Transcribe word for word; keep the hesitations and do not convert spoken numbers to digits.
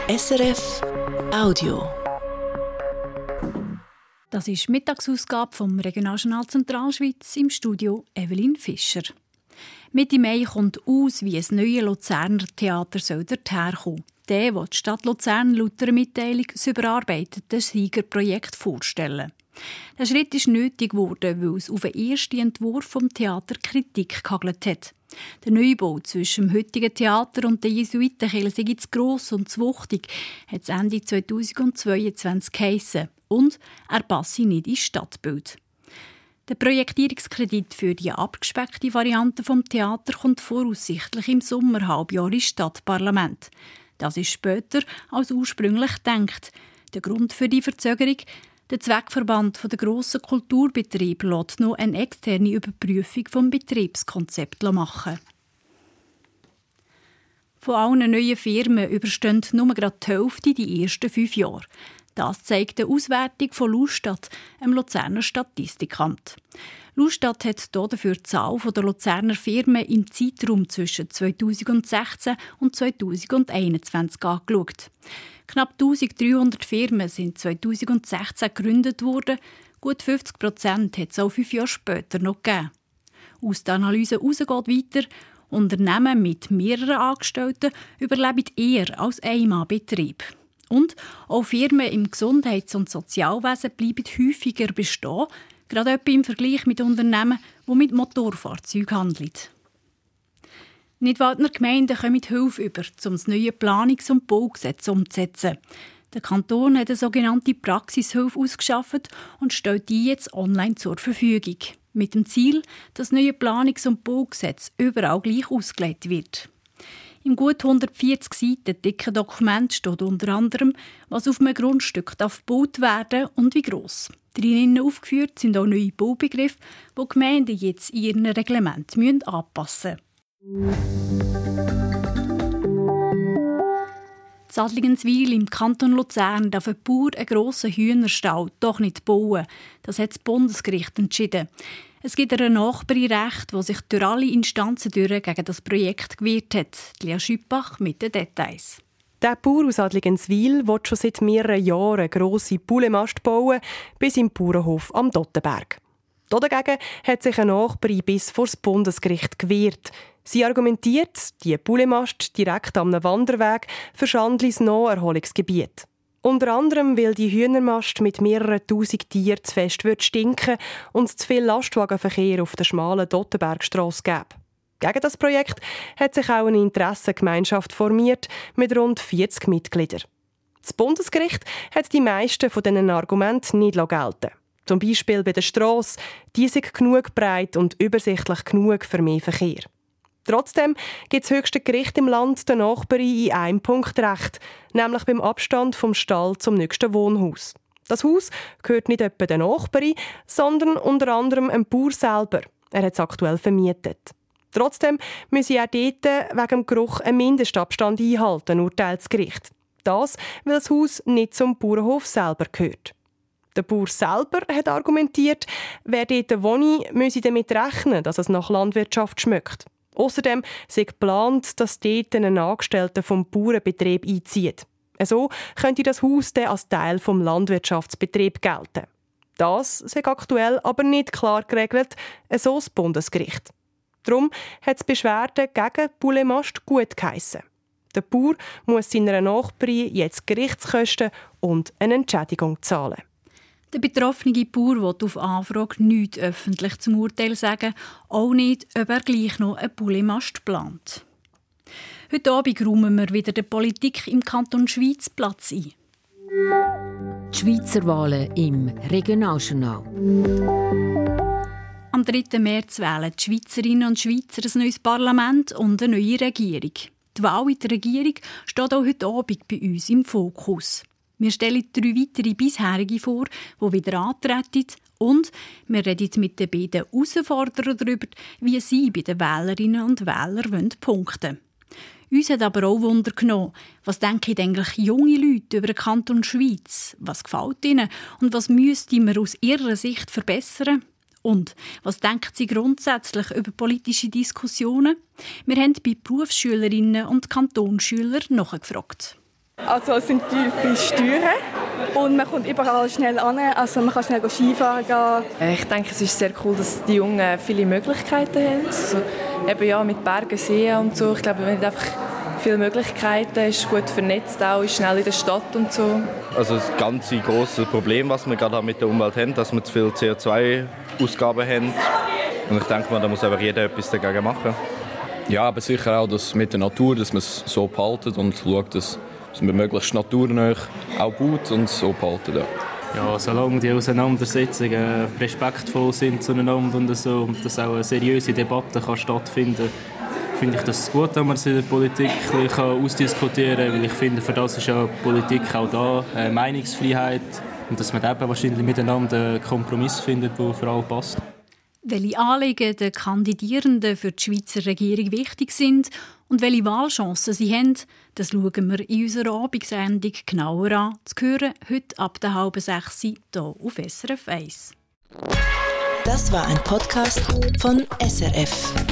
S R F Audio. Das ist die Mittagsausgabe vom Regionaljournal Zentralschweiz, im Studio Evelyn Fischer. Mitte Mai kommt aus, wie ein neues Luzerner Theater soll dorthin. Der will die Stadt Luzern laut einer Mitteilung das überarbeitete Siegerprojekt vorstellen. Der Schritt ist nötig geworden, weil es auf den ersten Entwurf vom Theater Kritik gehagelt hat. Der Neubau zwischen dem heutigen Theater und der Jesuitenkirche sei zu gross und zu wuchtig, hat es Ende zweitausendzweiundzwanzig geheissen. Und er passe nicht ins Stadtbild. Der Projektierungskredit für die abgespeckte Variante vom Theater kommt voraussichtlich im Sommerhalbjahr ins Stadtparlament. Das ist später als ursprünglich gedacht. Der Grund für die Verzögerung: der Zweckverband der grossen Kulturbetriebe lässt noch eine externe Überprüfung des Betriebskonzepts machen. Von allen neuen Firmen überstehen nur gerade die Hälfte die ersten fünf Jahre. Das zeigt eine Auswertung von Lustat, dem Luzerner Statistikamt. Lustat hat dafür die Zahl der Luzerner Firmen im Zeitraum zwischen zweitausendsechzehn und zweitausendeinundzwanzig angeschaut. Knapp eintausenddreihundert Firmen sind zweitausendsechzehn gegründet worden. Gut fünfzig Prozent hat es auch fünf Jahre später noch gegeben. Aus der Analyse heraus geht weiter: Unternehmen mit mehreren Angestellten überleben eher als Einmannbetrieb. Und auch Firmen im Gesundheits- und Sozialwesen bleiben häufiger bestehen, gerade etwa im Vergleich mit Unternehmen, die mit Motorfahrzeugen handeln. Nidwaldner Gemeinden kommen Hilfe über, um das neue Planungs- und Baugesetz umzusetzen. Der Kanton hat eine sogenannte Praxishilfe ausgeschafft und stellt die jetzt online zur Verfügung. Mit dem Ziel, dass das neue Planungs- und Baugesetz überall gleich ausgelegt wird. Im gut hundertvierzig Seiten dicken Dokument steht unter anderem, was auf einem Grundstück gebaut werden darf und wie gross. Drinnen aufgeführt sind auch neue Baubegriffe, die die Gemeinden jetzt in ihren Reglement anpassen müssen. In Adligenswil im Kanton Luzern darf ein Bauer einen grossen Hühnerstall doch nicht bauen. Das hat das Bundesgericht entschieden. Es gibt eine Nachbarin Recht, die sich durch alle Instanzen durch gegen das Projekt gewehrt hat. Lea Schüppach mit den Details. Der Bauer aus Adligenswil will schon seit mehreren Jahren grosse Poulemast bauen, bis im Bauernhof am Dottenberg. Dagegen hat sich eine Nachbarin bis vor das Bundesgericht gewehrt. Sie argumentiert, die Poulemast direkt am Wanderweg verschandle das Naherholungsgebiet. Unter anderem, weil die Hühnermast mit mehreren tausend Tieren zu fest stinken und zu viel Lastwagenverkehr auf der schmalen Dottenbergstrasse gäbe. Gegen das Projekt hat sich auch eine Interessengemeinschaft formiert mit rund vierzig Mitgliedern. Das Bundesgericht hat die meisten von diesen Argumenten nicht gelten. Zum Beispiel bei der Strasse, die sind genug breit und übersichtlich genug für mehr Verkehr. Trotzdem gibt das höchste Gericht im Land der Nachbarin in einem Punkt recht, nämlich beim Abstand vom Stall zum nächsten Wohnhaus. Das Haus gehört nicht etwa der Nachbarin, sondern unter anderem dem Bauer selber. Er hat es aktuell vermietet. Trotzdem müsse er dort wegen dem Geruch einen Mindestabstand einhalten, urteilt das Gericht. Das, weil das Haus nicht zum Bauernhof selber gehört. Der Bauer selber hat argumentiert, wer dort wohne, müsse damit rechnen, dass es nach Landwirtschaft schmeckt. Außerdem sei geplant, dass dort ein Angestellter vom Bauernbetrieb einzieht. So könnte das Haus dann als Teil vom Landwirtschaftsbetrieb gelten. Das sei aktuell aber nicht klar geregelt, so das Bundesgericht. Darum hat es Beschwerden gegen Poulemast gut geheissen. Der Bauer muss seiner Nachbarin jetzt Gerichtskosten und eine Entschädigung zahlen. Der betroffene Bauer will auf Anfrage nichts öffentlich zum Urteil sagen, auch nicht, ob er gleich noch einen Poulemast plant. Heute Abend räumen wir wieder der Politik im Kanton Schweiz Platz ein. Die Schweizer Wahlen im Regionaljournal. Am dritten März wählen die Schweizerinnen und Schweizer ein neues Parlament und eine neue Regierung. Die Wahl in der Regierung steht auch heute Abend bei uns im Fokus. Wir stellen drei weitere bisherige vor, die wieder antreten. Und wir reden mit den beiden Herausforderern darüber, wie sie bei den Wählerinnen und Wählern punkten wollen. Uns hat aber auch Wunder genommen, was denken eigentlich junge Leute über den Kanton Schweiz? Was gefällt ihnen und was müsste man aus ihrer Sicht verbessern? Und was denken sie grundsätzlich über politische Diskussionen? Wir haben bei Berufsschülerinnen und Kantonsschülern nachgefragt. Also es sind tiefe Steuern und man kommt überall schnell an, also man kann schnell Skifahren gehen. Ich denke, es ist sehr cool, dass die Jungen viele Möglichkeiten haben. Also, eben ja, mit Bergen, Seen und so. Ich glaube, man hat einfach viele Möglichkeiten, ist gut vernetzt, auch ist schnell in der Stadt und so. Also das ganz große Problem, was wir gerade mit der Umwelt haben, dass wir zu viel C O zwei Ausgaben haben. Und ich denke mal, da muss einfach jeder etwas dagegen machen. Ja, aber sicher auch das mit der Natur, dass man es so behalten und schaut, dass dass man möglichst naturnah auch baut und so behalten. Ja. Ja, solange die Auseinandersetzungen respektvoll sind zueinander und so, und dass auch eine seriöse Debatte kann stattfinden kann, finde ich das gut, wenn man es in der Politik ein bisschen ausdiskutieren kann, weil ich finde, für das ist ja Politik auch da, eine Meinungsfreiheit, und dass man eben wahrscheinlich miteinander einen Kompromiss findet, der für alle passt. Welche Anliegen den Kandidierenden für die Schweizer Regierung wichtig sind und welche Wahlchancen sie haben, das schauen wir in unserer Abendsendung genauer an. Zu hören heute ab der halben sechs hier auf S R F eins. Das war ein Podcast von S R F.